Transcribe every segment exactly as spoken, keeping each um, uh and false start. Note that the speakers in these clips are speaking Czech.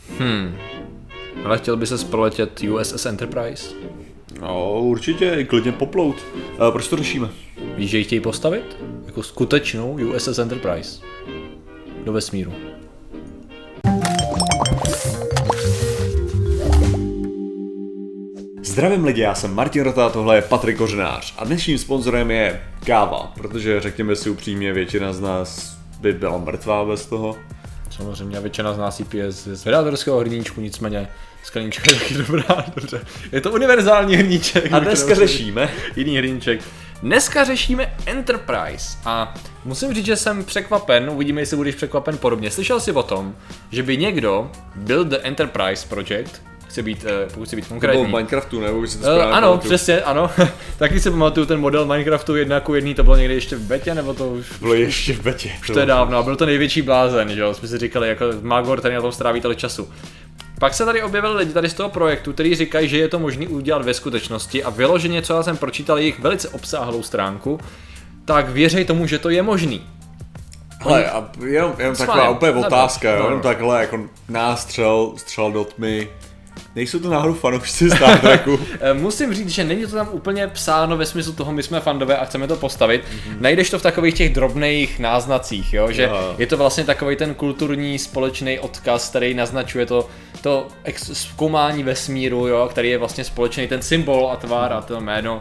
Hmm. Ale chtěl by ses proletět U S S Enterprise? No, určitě, i klidně poplout. A proč to řešíme? Víš, že ji chtějí postavit? Jako skutečnou U S S Enterprise. Do vesmíru. Zdravím lidi, já jsem Martin Rota, tohle je Patrik Kořenář a dnešním sponzorem je káva, protože řekněme si upřímně, většina z nás by byla mrtvá bez toho. Samozřejmě, většina z nás jí pije z, z vydátorského hrníčku, nicméně sklenička je taky dobrá, dobře. Je to univerzální hrníček. A dneska řešíme jiný hrníček. Dneska řešíme Enterprise a musím říct, že jsem překvapen, uvidíme, jestli budeš překvapen podobně. Slyšel jsi o tom, že by někdo Build the Enterprise Project, chce být, pokud chce být konkrétní. To bylo v Minecraftu, nebo už si to správně uh, Ano, pamatuju. přesně, ano. Taky si pamatuju ten model Minecraftu jedna ku jedný, to bylo někdy ještě v betě, nebo to už... Bylo ještě v betě. Už to je dávno a byl to největší blázen, že jo, jsme si říkali, jako Magor tady na tom stráví tolik času. Pak se tady objevili lidi tady z toho projektu, kteří říkají, že je to možné udělat ve skutečnosti a vyloženě, co já jsem pročítal jejich velice obsáhlou stránku, tak věřej tomu, že to je možný. Hele, a jenom, jenom taková úplně otázka, no, jo, no. jenom takhle jako nástřel, střel do tmy. Nejsou to náhodou fanoušci Star Treku? Musím říct, že není to tam úplně psáno ve smyslu toho, my jsme fandové a chceme to postavit. Mm-hmm. Najdeš to v takových těch drobných náznacích, jo? Že jo. je to vlastně takový ten kulturní společný odkaz, který naznačuje to, to ex- zkoumání vesmíru, jo? Který je vlastně společný, ten symbol a tvar a to jméno.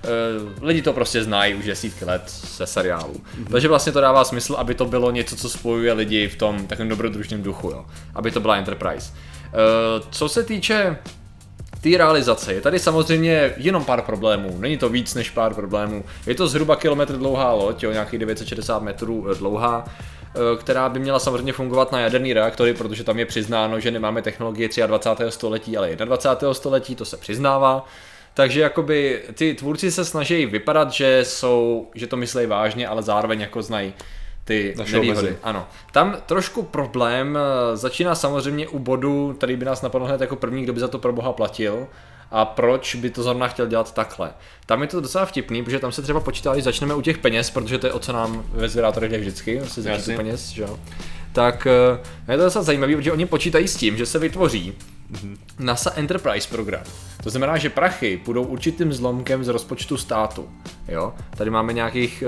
Uh, lidi to prostě znají už desítky let ze seriálu. Mm-hmm. Takže vlastně to dává smysl, aby to bylo něco, co spojuje lidi v tom takovém dobrodružném duchu, jo? Aby to byla Enterprise. Uh, co se týče té tý realizace, je tady samozřejmě jenom pár problémů, není to víc než pár problémů. Je to zhruba kilometr dlouhá loď, jo, nějakých devět set šedesát metrů dlouhá, uh, která by měla samozřejmě fungovat na jaderný reaktory, protože tam je přiznáno, že nemáme technologie dvacátého třetího století, ale dvacátého prvního století, to se přiznává. Takže jakoby ty tvůrci se snaží vypadat, že jsou, že to myslí vážně, ale zároveň jako znají ty nevýhody. Ano. Tam trošku problém začíná samozřejmě u bodu, který by nás napadl hned jako první, kdo by za to pro boha platil a proč by to zrovna chtěl dělat takhle. Tam je to docela vtipný, protože tam se třeba počítá, když začneme u těch peněz, protože to je o co nám ve zvědátorech jde vždycky, vlastně začít u peněz, že jo. Tak je to docela zajímavé, protože oni počítají s tím, že se vytvoří mm-hmm. NASA Enterprise program. To znamená, že prachy půjdou určitým zlomkem z rozpočtu státu. Jo? Tady máme nějakých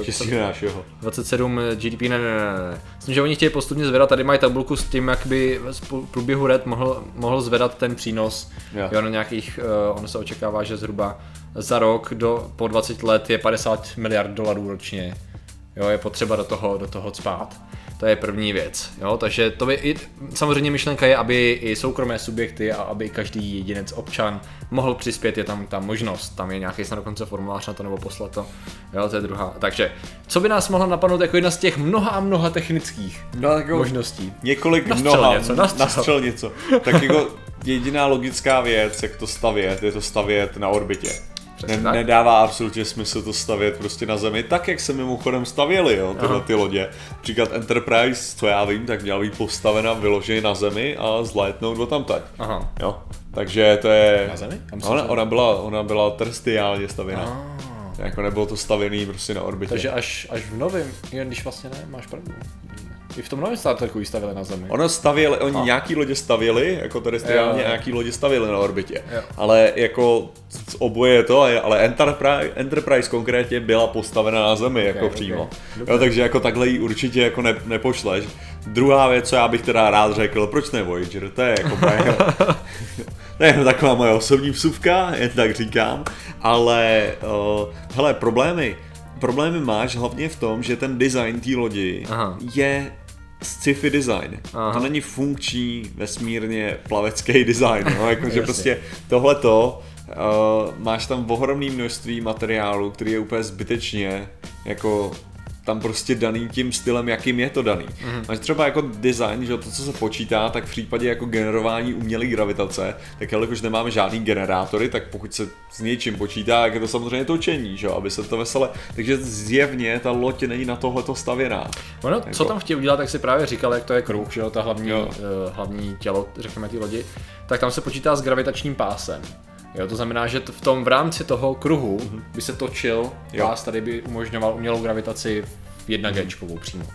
uh, dvacet sedm G D P, ne, ne, ne, ne. Myslím, že oni chtějí postupně zvedat, tady mají tabulku s tím, jak by v průběhu let mohl, mohl zvedat ten přínos. Yeah. Jo, na nějakých, uh, ono se očekává, že zhruba za rok do, po dvacet let je padesát miliard dolarů ročně. Jo, je potřeba do toho, do toho cpát. To je první věc, jo, takže to by i, samozřejmě myšlenka je, aby i soukromé subjekty a aby každý jedinec občan mohl přispět, je tam ta možnost, tam je nějaký snad dokonce formulář na to nebo poslat to, jo, to je druhá. Takže, co by nás mohlo napadnout jako jedna z těch mnoha a mnoha technických no, jako možností? Několik nastřel mnoha, něco, nastřel. nastřel něco, tak jako jediná logická věc, jak to stavět, je to stavět na orbitě. Ne, nedává absolutně smysl to stavět prostě na Zemi, tak jak se mimochodem stavěly, jo, tyhle ty lodě. Například Enterprise, co já vím, tak měla být postavena vyloženě na Zemi a zlétnout do tamtať. Aha. Jo, takže to je... Na Zemi? Ona, ona, byla, ona byla terrestriálně stavěna. Ah. Jako nebylo to stavěný prostě na orbitě. Takže až, až v novém, jen když vlastně ne, máš pravdu. I v tom novém Star Treku ji stavili na Zemi. Ono stavěli, oni a. nějaký lodě stavěli, jako terestriálně, a nějaký lodě stavěli na orbitě. Jo. Ale jako oboje je to, ale Enterprise, Enterprise konkrétně byla postavena na Zemi, okay, jako přímo. Okay. Jo, takže jako takhle ji určitě jako ne, nepošleš. Druhá věc, co já bych teda rád řekl, proč ne Voyager, to je jako moje, to je taková moje osobní vsuvka, jen tak říkám, ale uh, hele, problémy. Problémy máš hlavně v tom, že ten design té lodi Aha. je sci-fi design. Aha. To není funkční, vesmírně plavecký design. No? Jako, že prostě tohleto, uh, máš tam ohromné množství materiálu, který je úplně zbytečně jako tam prostě daný tím stylem, jakým je to daný. Mm-hmm. Máš třeba jako design, že to, co se počítá, tak v případě jako generování umělé gravitace, tak jelikož nemáme žádný generátory, tak pokud se s něčím počítá, tak je to samozřejmě točení, že? Aby se to vesele. Takže zjevně ta loď není na tohleto stavěná. Ono, jako... co tam chtějí udělat, tak si právě říkal, jak to je kruh, že jo, ta hlavní, uh, hlavní tělo, řekněme, té lodi, tak tam se počítá s gravitačním pásem. Jo, to znamená, že v tom v rámci toho kruhu by se točil, vás tady by umožňoval umělou gravitaci v jedna géčkovou přímo.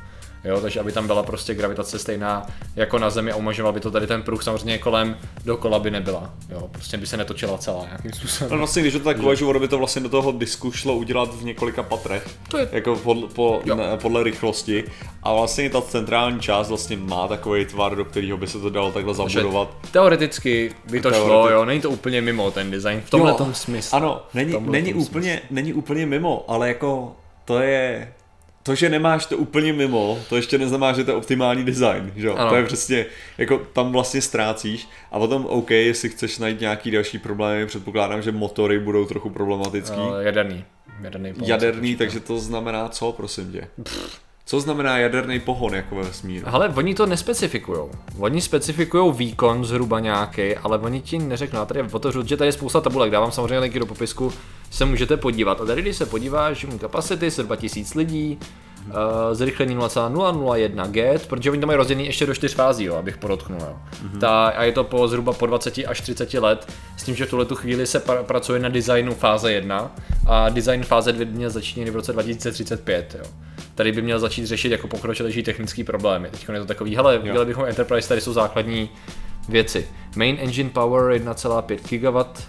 Jo, takže aby tam byla prostě gravitace stejná jako na Zemi a umožňoval by to tady ten pruh samozřejmě kolem dokola by nebyla. Jo, prostě by se netočila celá nějakým způsobem. No vlastně, když to tak uvažuji, ono by to vlastně do toho disku šlo udělat v několika patrech, to je... jako podle, po, ne, podle rychlosti. A vlastně ta centrální část vlastně má takový tvar, do kterého by se to dalo takhle zabudovat. Teoreticky by to Teoreticky. šlo, jo, není to úplně mimo ten design v tomhle tom smyslu. Ano, není, není, úplně, smyslu. není úplně mimo, ale jako to je... To, že nemáš to úplně mimo, to ještě neznamená, že to je optimální design, že jo? To je přesně, jako tam vlastně ztrácíš a potom OK, jestli chceš najít nějaký další problémy, předpokládám, že motory budou trochu problematický. Uh, jaderný. Jaderný, pohon, jaderný takže to znamená co, prosím tě? Co znamená jaderný pohon jako ve vesmíru? Ale oni to nespecifikujou. Oni specifikujou výkon zhruba nějaký, ale oni ti neřeknou. Já tady otevřu, že tady je spousta tabulek, dávám samozřejmě linky do popisku, se můžete podívat. A tady, když se podíváš, kapacity zhruba tisíc lidí, uh, zrychlení nula celá nula nula jedna G, protože oni tam mají rozdělený ještě do čtyř fází, jo, abych podotknul. Jo. Mm-hmm. Ta, a je to po zhruba po dvacet až třicet let, s tím, že v tuhletu chvíli se pra, pracuje na designu fáze jedna a design fáze dvě měl začít v roce dva tisíce třicet pět. Jo. Tady by měl začít řešit jako pokročilejší technický problémy. Teď je to takový, hele, udělali bychom Enterprise, tady jsou základní věci. Main engine power jedna celá pět gigawatt.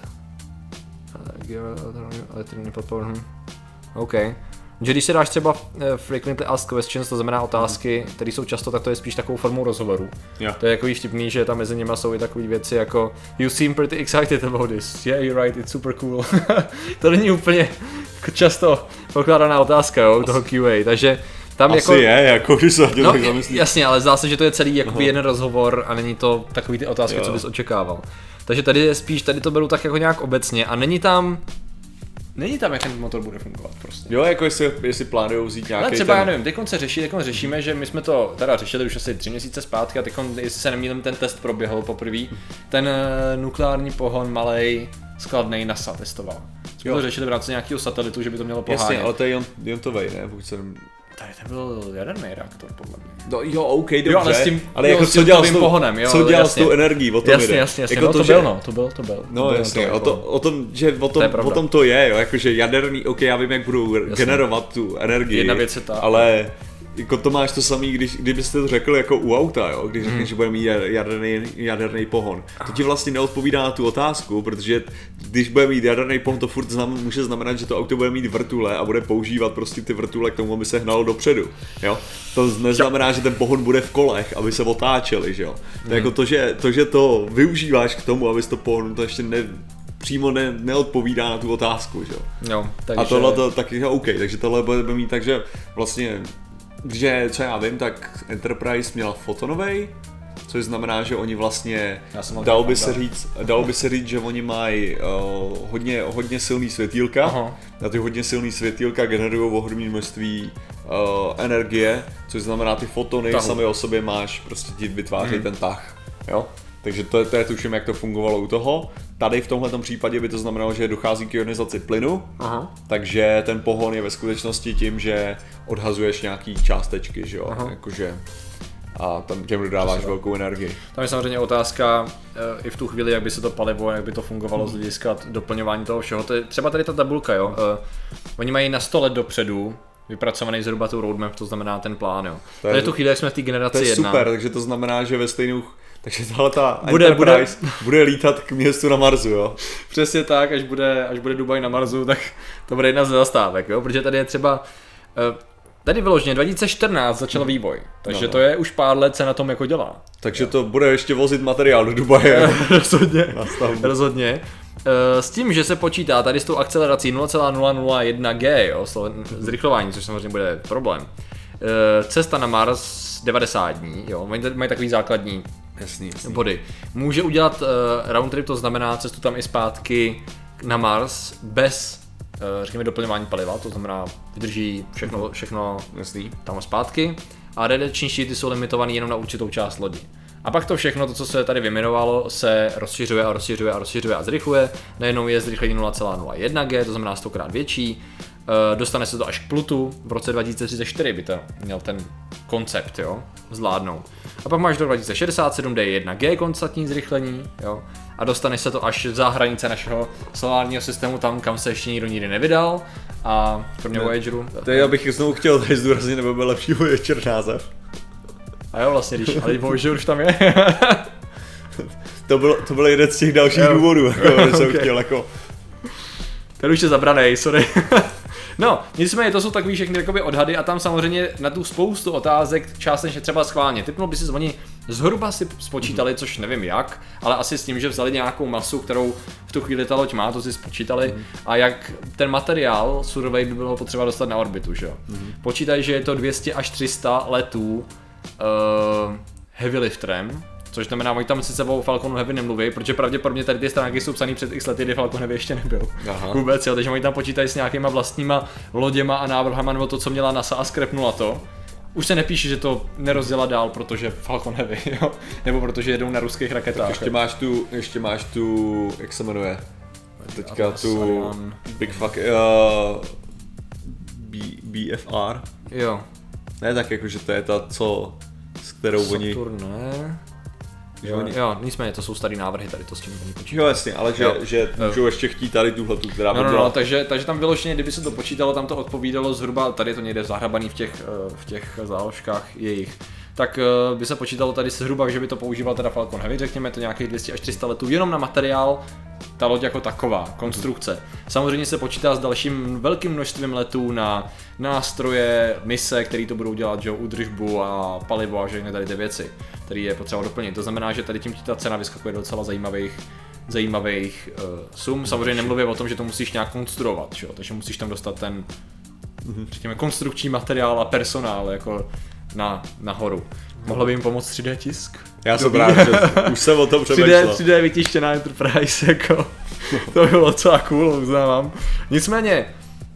OK. Že když si dáš třeba frequently asked questions, to znamená otázky, které jsou často, tak to je spíš takovou formou rozhovoru. Yeah. To je jako vtipný, že tam mezi nimi jsou i takové věci jako You seem pretty excited about this. Yeah, you're right, it's super cool. To není úplně často pokládaná otázka, jo, toho Q A, takže tam asi jako... je, jako když se no, jasně, ale zdá se, že to je celý jakoby jeden rozhovor a není to takový ty otázky, jo. co bys očekával. Takže tady je spíš, tady to beru tak jako nějak obecně a není tam... Není tam, jak ten motor bude fungovat prostě. Jo, jako jestli, jestli plánujou vzít nějaký. Ale třeba ten... já nevím, teďkon se řeší, teďkon řešíme, že my jsme to teda řešili už asi tři měsíce zpátky a teďkon, jestli se nemýlím, ten test proběhl poprvé. Ten uh, nukleární pohon malej, skladnej NASA testoval. Jsme to řešili v rámci nějakého satelitu, že by to mělo pohánět. Jasně, ale to je jontovej, ne? Pokud se... Tady to byl jaderný reaktor, podle mě. No jo, OK, dobře, jo, ale, s tím, ale jo, jako s co dělal, s tím pohonem, jo, co dělal jasně. s tou energií, o tom jasně, jde. Jasně, jasně, jako no to, to že... byl, no, to byl, to byl. No to jasně, to, o, to, o tom, že o tom, o tom to je, jo, jakože jaderný, OK, já vím, jak budou jasně. generovat tu energii, jedna věc je ta, ale jako to máš to samý, když, kdybyste to řekl jako u auta, jo, když řekneš, hmm. že bude mít jaderný, jaderný pohon. To ti vlastně neodpovídá na tu otázku, protože když bude mít jaderný pohon, to furt znam, může znamenat, že to auto bude mít vrtule a bude používat prostě ty vrtule k tomu, aby se hnalo dopředu, jo. To neznamená, že ten pohon bude v kolech, aby se otáčeli, že jo. To hmm. jako to, že to, že to využíváš k tomu, abys to pohon, to ještě ne, přímo ne, neodpovídá na tu otázku, že jo. Jo, takže... A tohle to taky je OK, takže tohle bude mít tak, že vlastně že co já vím, tak Enterprise měla fotonovej, což znamená, že oni vlastně, dalo by, se říct, dalo by se říct, že oni mají uh, hodně, hodně silný světýlka. Aha. A ty hodně silný světýlka generují ohromné množství uh, energie, což znamená ty fotony Tahu. sami o sobě máš, prostě ti vytvářejí hmm. ten tah. Jo? Takže to, to je tuším, jak to fungovalo u toho. Tady v tomhletom případě by to znamenalo, že dochází k ionizaci plynu, Aha. takže ten pohon je ve skutečnosti tím, že odhazuješ nějaký částečky, že jo, Aha. jakože a tam těm dodáváš velkou energii. Tam je samozřejmě otázka e, i v tu chvíli, jak by se to palivo, jak by to fungovalo z hlediska doplňování toho všeho. To je třeba tady ta tabulka, jo. E, oni mají na sto let dopředu vypracovaný zhruba tu roadmap, to znamená ten plán, jo. To je, tady tu chvíli, jak jsme v té generaci jedna. To je jedna. Super, takže to znamená, že ve stejnou takže tahle ta bude, Enterprise bude, bude lítat k městu na Marsu, jo? Přesně tak, až bude, až bude Dubaj na Marsu, tak to bude jedna z zastávek, jo? Protože tady je třeba, tady vyloženě dva tisíce čtrnáct začal vývoj, takže no, no. to je už pár let se na tom jako dělá. Takže jo. to bude ještě vozit materiál do Dubaje. Rozhodně, rozhodně. S tím, že se počítá tady s tou akcelerací nula celá nula nula jedna G, jo, zrychlování, což samozřejmě bude problém. Cesta na Mars devadesát dní, jo, mají takový základní jasný, jasný. body. Může udělat uh, round trip, to znamená cestu tam i zpátky na Mars bez, uh, řekněme, doplňování paliva, to znamená vydrží všechno, všechno jasný. tam a zpátky a radiační štíty jsou limitovaný jenom na určitou část lodi. A pak to všechno, to co se tady vyjmenovalo, se rozšiřuje a rozšiřuje a rozšiřuje a zrychluje. Najednou je zrychlení nula celá nula jedna G, to znamená stokrát větší. Uh, dostane se to až k Plutu, v roce dva tisíce třicet čtyři by to měl ten koncept, jo, zvládnout. A pak máš do dva tisíce šedesát sedm, kde je jedna G konstantní zrychlení, jo, a dostane se to až za hranice našeho solárního systému, tam kam se ještě nikdo nikdy nevydal, a kromě Voyageru. To já bych znovu chtěl tady zdůraznit, nebo byl lepší Voyager název. A jo, vlastně, když, ale bohužel už tam je. to, byl, to byl jeden z těch dalších jo. důvodů, jako, okay. jsem chtěl jako... Ten už je zabranej, sorry. No, nicméně to jsou takový všechny jakoby odhady a tam samozřejmě na tu spoustu otázek částečně třeba schválně. Typnul by si oni zhruba si spočítali, což nevím jak, ale asi s tím, že vzali nějakou masu, kterou v tu chvíli ta loď má, to si spočítali mm. a jak ten materiál surovej by bylo potřeba dostat na orbitu, že jo. Mm. Počítají, že je to dvě stě až tři sta letů uh, heavy liftrem. Což znamená, oni tam sice o Falconu Heavy nemluví, protože pravděpodobně tady ty stránky jsou psaný před x lety, kdy Falcon Heavy ještě nebyl. Aha. Vůbec, jo, takže oni tam počítají s nějakýma vlastníma loděma a návrhama, nebo to, co měla NASA a skrepnula to. Už se nepíše, že to nerozdělá dál, protože Falcon Heavy, jo, nebo protože jedou na ruských raketách. Ještě máš tu, ještě máš tu, jak se jmenuje, teďka tu Big Fuck, uh, B, BFR. Jo. Ne, tak jakože to je ta, co, s kterou Saturn, oni... Saturn, ne? Jo, oni... jo, nicméně to jsou starý návrhy tady, to s tím oni počítají. Jo, jasně, ale že, že můžou ještě chtít tady tuhletu, která by no, no, byla... No, takže, takže tam vyloženě, kdyby se to počítalo, tam to odpovídalo zhruba, tady je to někde zahrabaný v těch, v těch záložkách jejich, tak by se počítalo tady zhruba, že by to používal teda Falcon Heavy, řekněme to nějakých dvě stě až tři sta letů, jenom na materiál, ta loď jako taková, konstrukce. Samozřejmě se počítá s dalším velkým množstvím letů na nástroje, mise, které to budou dělat, že údržbu a palivo a všechny tady ty věci, které je potřeba doplnit. To znamená, že tady tím ta cena vyskakuje docela zajímavých, zajímavých uh, sum. Samozřejmě nemluvím o tom, že to musíš nějak konstruovat, že? Takže musíš tam dostat ten, řekněme, konstrukční materiál a personál jako na, nahoru. Mohlo by jim pomoct tři dé tisk? Já jsem právě, už jsem o tom přemýšlel. tři dé vytištěná Enterprise, jako, to by bylo docela cool, uznávám. Nicméně,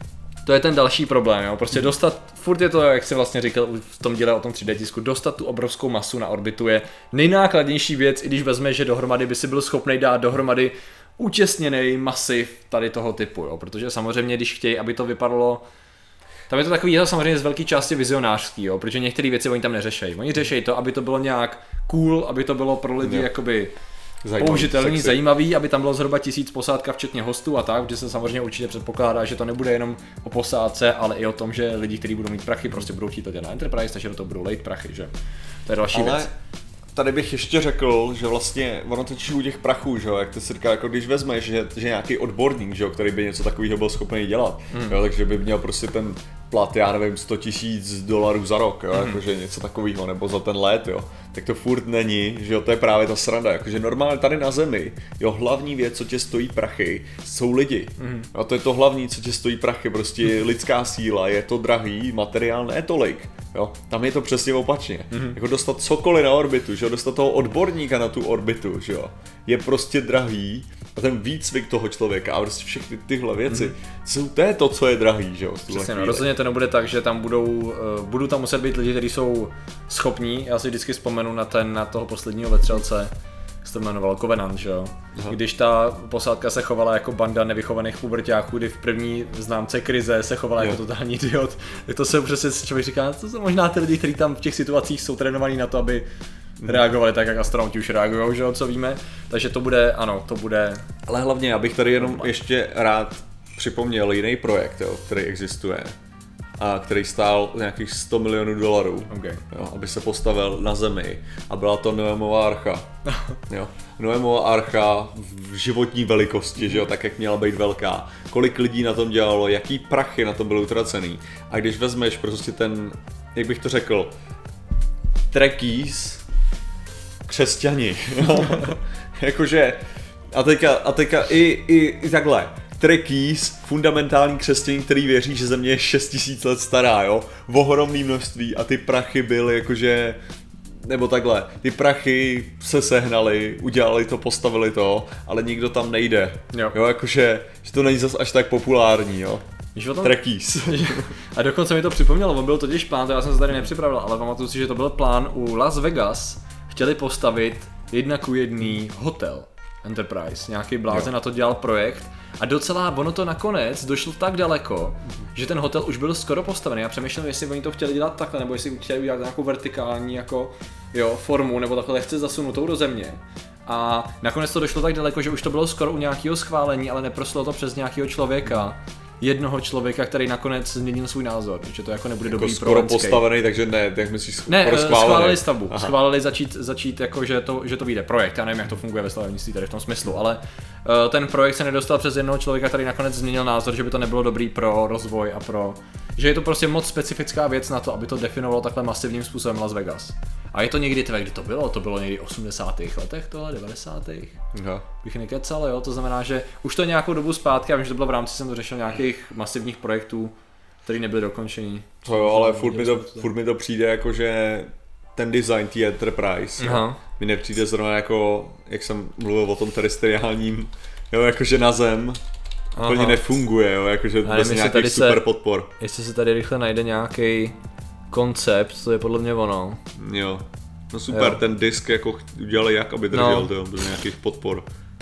to je ten další problém, jo, prostě dostat, furt je to, jak jsi vlastně říkal v tom díle o tom tři dé tisku, dostat tu obrovskou masu na orbitu je nejnákladnější věc, i když vezmeš, že dohromady by si byl schopný dát dohromady utěsněný masiv tady toho typu, jo, protože samozřejmě, když chtějí, aby to vypadalo. Tam je to takový, je to samozřejmě z velké části vizionářský, jo, protože některé věci oni tam neřešejí. Oni řeší to, aby to bylo nějak cool, aby to bylo pro lidi jakoby zajímavý, použitelný, sexy. Zajímavý, aby tam bylo zhruba tisíc posádka včetně hostů a tak, protože se samozřejmě určitě předpokládá, že to nebude jenom o posádce, ale i o tom, že lidi, kteří budou mít prachy, prostě budou chtít letět na Enterprise, takže do toho budou lejt prachy, že? To je další ale... věc. Tady bych ještě řekl, že vlastně ono točí u těch prachů, že jo, jak ty si říká, jako když vezmeš, že, že nějaký odborník, že jo, který by něco takového byl schopný dělat, mm. jo, takže by měl prostě ten plat, já nevím, sto tisíc dolarů za rok, jo, mm. jakože něco takového, nebo za ten let, jo, tak to furt není, že jo, to je právě ta sranda, jakože normálně tady na zemi, jo, hlavní věc, co tě stojí prachy, jsou lidi, mm. jo, to je to hlavní, co tě stojí prachy, prostě lidská síla, je to drahý, materiál ne tolik, jo, tam je to přesně opačně, mm. jako dostat cokoliv na orbitu, že jo, dostat toho odborníka na tu orbitu, že jo, je prostě drahý a ten výcvik toho člověka a prostě všechny tyhle věci, mm. jsou, to je to, co je drahý, že jo, přesně, no, rozhodně to nebude tak, že tam budou, uh, budou tam muset být lidi, kteří jsou schopní, já si vždycky vzpomenu na ten, na toho posledního vetřelce, jak se to jmenovalo, Covenant, že jo, aha. Když ta posádka se chovala jako banda nevychovaných puberťáků, kdy v první známce krize se chovala jo. jako totální idiot, tak to se přesně člověk říká, to jsou možná ty lidi, kteří tam v těch situacích jsou trénovaní na to, aby reagovali tak, jak astronauti už reagujou, že jo, co víme, takže to bude, ano, to bude... Ale hlavně, já bych tady jenom ještě rád připomněl jiný projekt, jo, který existuje a který stál nějakých sto milionů dolarů, okay. jo, aby se postavil na Zemi a byla to Noemova archa. Jo. Noemova archa v životní velikosti, že jo, tak jak měla být velká. Kolik lidí na tom dělalo, jaký prachy na tom byly utracený. A když vezmeš prostě ten, jak bych to řekl, trekkies, křesťani, jakože, a teďka, a teďka i, i, i takhle, trekkies, fundamentální křesťaní, který věří, že Země je šest tisíc let stará, jo, v ohromný množství a ty prachy byly jakože, nebo takhle, ty prachy se sehnaly, udělali to, postavili to, ale nikdo tam nejde, jo, jo jakože, že to není zas až tak populární, jo. Trekkies. A dokonce mi to připomnělo, on byl totiž plán, to já jsem se tady nepřipravil, ale pamatuju si, že to byl plán u Las Vegas, chtěli postavit jedna ku jedný hotel Enterprise, nějaký blázen na to dělal projekt a docela ono to nakonec došlo tak daleko, že ten hotel už byl skoro postavený. Já přemýšlím, jestli oni to chtěli dělat takhle, nebo jestli chtěli udělat nějakou vertikální jako, jo, formu, nebo takhle lehce zasunutou do země. A nakonec to došlo tak daleko, že už to bylo skoro u nějakého schválení, ale neprošlo to přes nějakého člověka. jednoho člověka, který nakonec změnil svůj názor, že to jako nebude jako dobrý skoro pro landscape. postavený, takže ne, jak myslíš, ne, skoro schválený. schválili stavbu, Aha. schválili začít, začít jako, že to, že to vyjde projekt, já nevím, jak to funguje ve stavebnictví tady v tom smyslu, ale uh, ten projekt se nedostal přes jednoho člověka, který nakonec změnil názor, že by to nebylo dobrý pro rozvoj a pro, že je to prostě moc specifická věc na to, aby to definovalo takhle masivním způsobem Las Vegas. A je to někdy, tvé, kdy to bylo? To bylo někdy osmdesátých letech tohle, devadesátých Aha. Bych nekecal, jo, to znamená, že už to nějakou dobu zpátky, já vím, že to bylo v rámci, jsem to řešil nějakých masivních projektů, které nebyly dokončený. To jo, ale furt mi to, furt mi to přijde jako, že ten design té Enterprise Aha. mi nepřijde zrovna jako, jak jsem mluvil o tom terestriálním, jo, jakože na zem úplně nefunguje, jo, jakože bez nějakých super se, podpor. Jestli se tady rychle najde nějaký koncept, to je podle mě ono. Jo. No super, jo. Ten disk jako udělali jak, aby držel, no. To, bez nějakých podpor.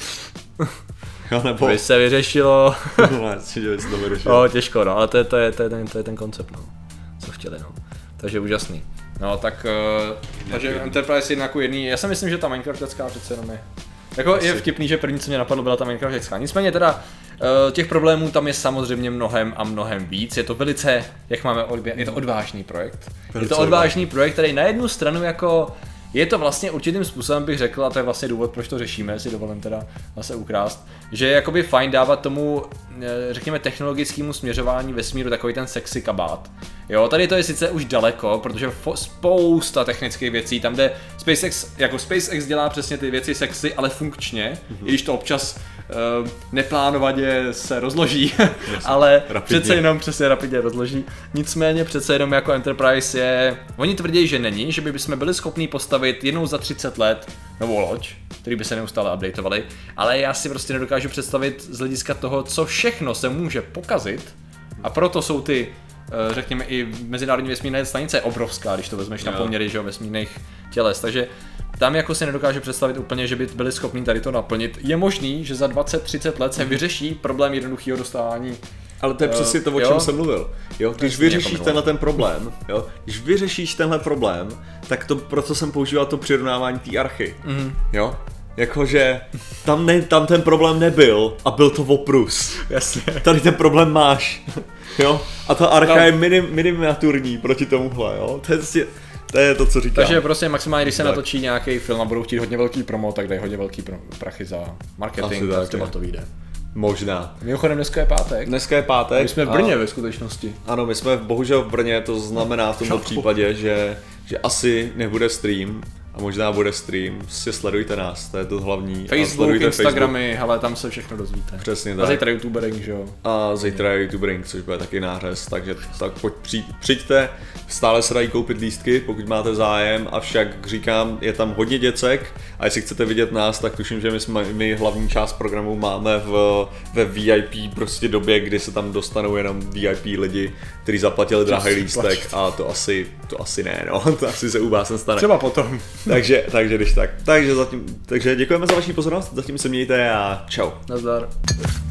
Jo, nebo... By se vyřešilo. No, že by se to vyřešilo. No, těžko, no, ale to je, to, je, to, je ten, to je ten koncept, no. Co chtěli, no. Takže úžasný. No, tak, uh, takže Enterprise je jako jedný, já si myslím, že ta Minecraftská přece jenom je. Jako asi. Je vtipný, že první, co mě napadlo, byla ta Minecraftská. Nicméně teda, uh, těch problémů tam je samozřejmě mnohem a mnohem víc. Je to velice, jak máme, odbě- je to odvážný projekt. Velice je to odvážný projekt, který na jednu stranu jako, je to vlastně určitým způsobem bych řekl, a to je vlastně důvod, proč to řešíme, si dovolím teda zase ukrást, že je jakoby fajn dávat tomu, řekněme, technologickému směřování vesmíru takový ten sexy kabát. Jo, tady to je sice už daleko, protože fo- spousta technických věcí, tam jde SpaceX, jako SpaceX dělá přesně ty věci sexy, ale funkčně, mm-hmm. i když to občas uh, neplánovaně se rozloží, ale rapidně. Přece jenom přesně rapidně rozloží. Nicméně přece jenom jako Enterprise je, oni tvrdí, že není, že by bychom byli schopni postavit jednou za třicet let novou loď, který by se neustále updateovali, ale já si prostě nedokážu představit z hlediska toho, co všechno se může pokazit, a proto jsou ty, řekněme, i mezinárodní vesmírné stanice obrovská, když to vezmeš na poměry, že jo, vesmírných těles, takže tam jako si nedokážu představit úplně, že by byli schopni tady to naplnit. Je možný, že za dvacet třicet let se vyřeší problém jednoduchého dostávání. Ale to je přesně to, o čem jo? jsem mluvil. Jo, když vyřešíš tenhle ten problém, jo, když vyřešíš tenhle problém, tak to proto jsem používal to přirovnávání té archy. Mm. Jo? Jakože tam, ne, tam ten problém nebyl a byl to oprus. Jasně. Tady ten problém máš. Jo? A ta archa no. je minim, miniaturní proti tomuhle, jo? To je, to je to, co říkám. Takže prostě maximálně, když se tak. natočí nějaký film a budou chtít hodně velký promo, tak dej hodně velký prachy za marketing a třeba to vyjde. Možná. Mimochodem dneska je pátek. Dneska je pátek. My jsme v Brně a... ve skutečnosti. Ano, my jsme bohužel v Brně, to znamená v tomto případě, že, že asi nebude stream. A možná bude stream, prostě sledujte nás, to je to hlavní. Facebook, Instagramy, Facebook. Hele, tam se všechno dozvíte. Přesně tak. A zítra youtubering, že jo? A zítra je youtubering, což bude taky nářez, takže tak pojď přijď, přijďte, stále se dají koupit lístky, pokud máte zájem, avšak říkám, je tam hodně děcek a jestli chcete vidět nás, tak tuším, že my, jsme, my hlavní část programu máme v, ve V I P prostě době, kdy se tam dostanou jenom V I P lidi, kteří zaplatili drahý lístek a to asi, to asi ne, no, to asi se u vás nestane. Třeba potom. takže, takže když tak. Takže, zatím, takže děkujeme za vaši pozornost, zatím se mějte a čau. Nazdar.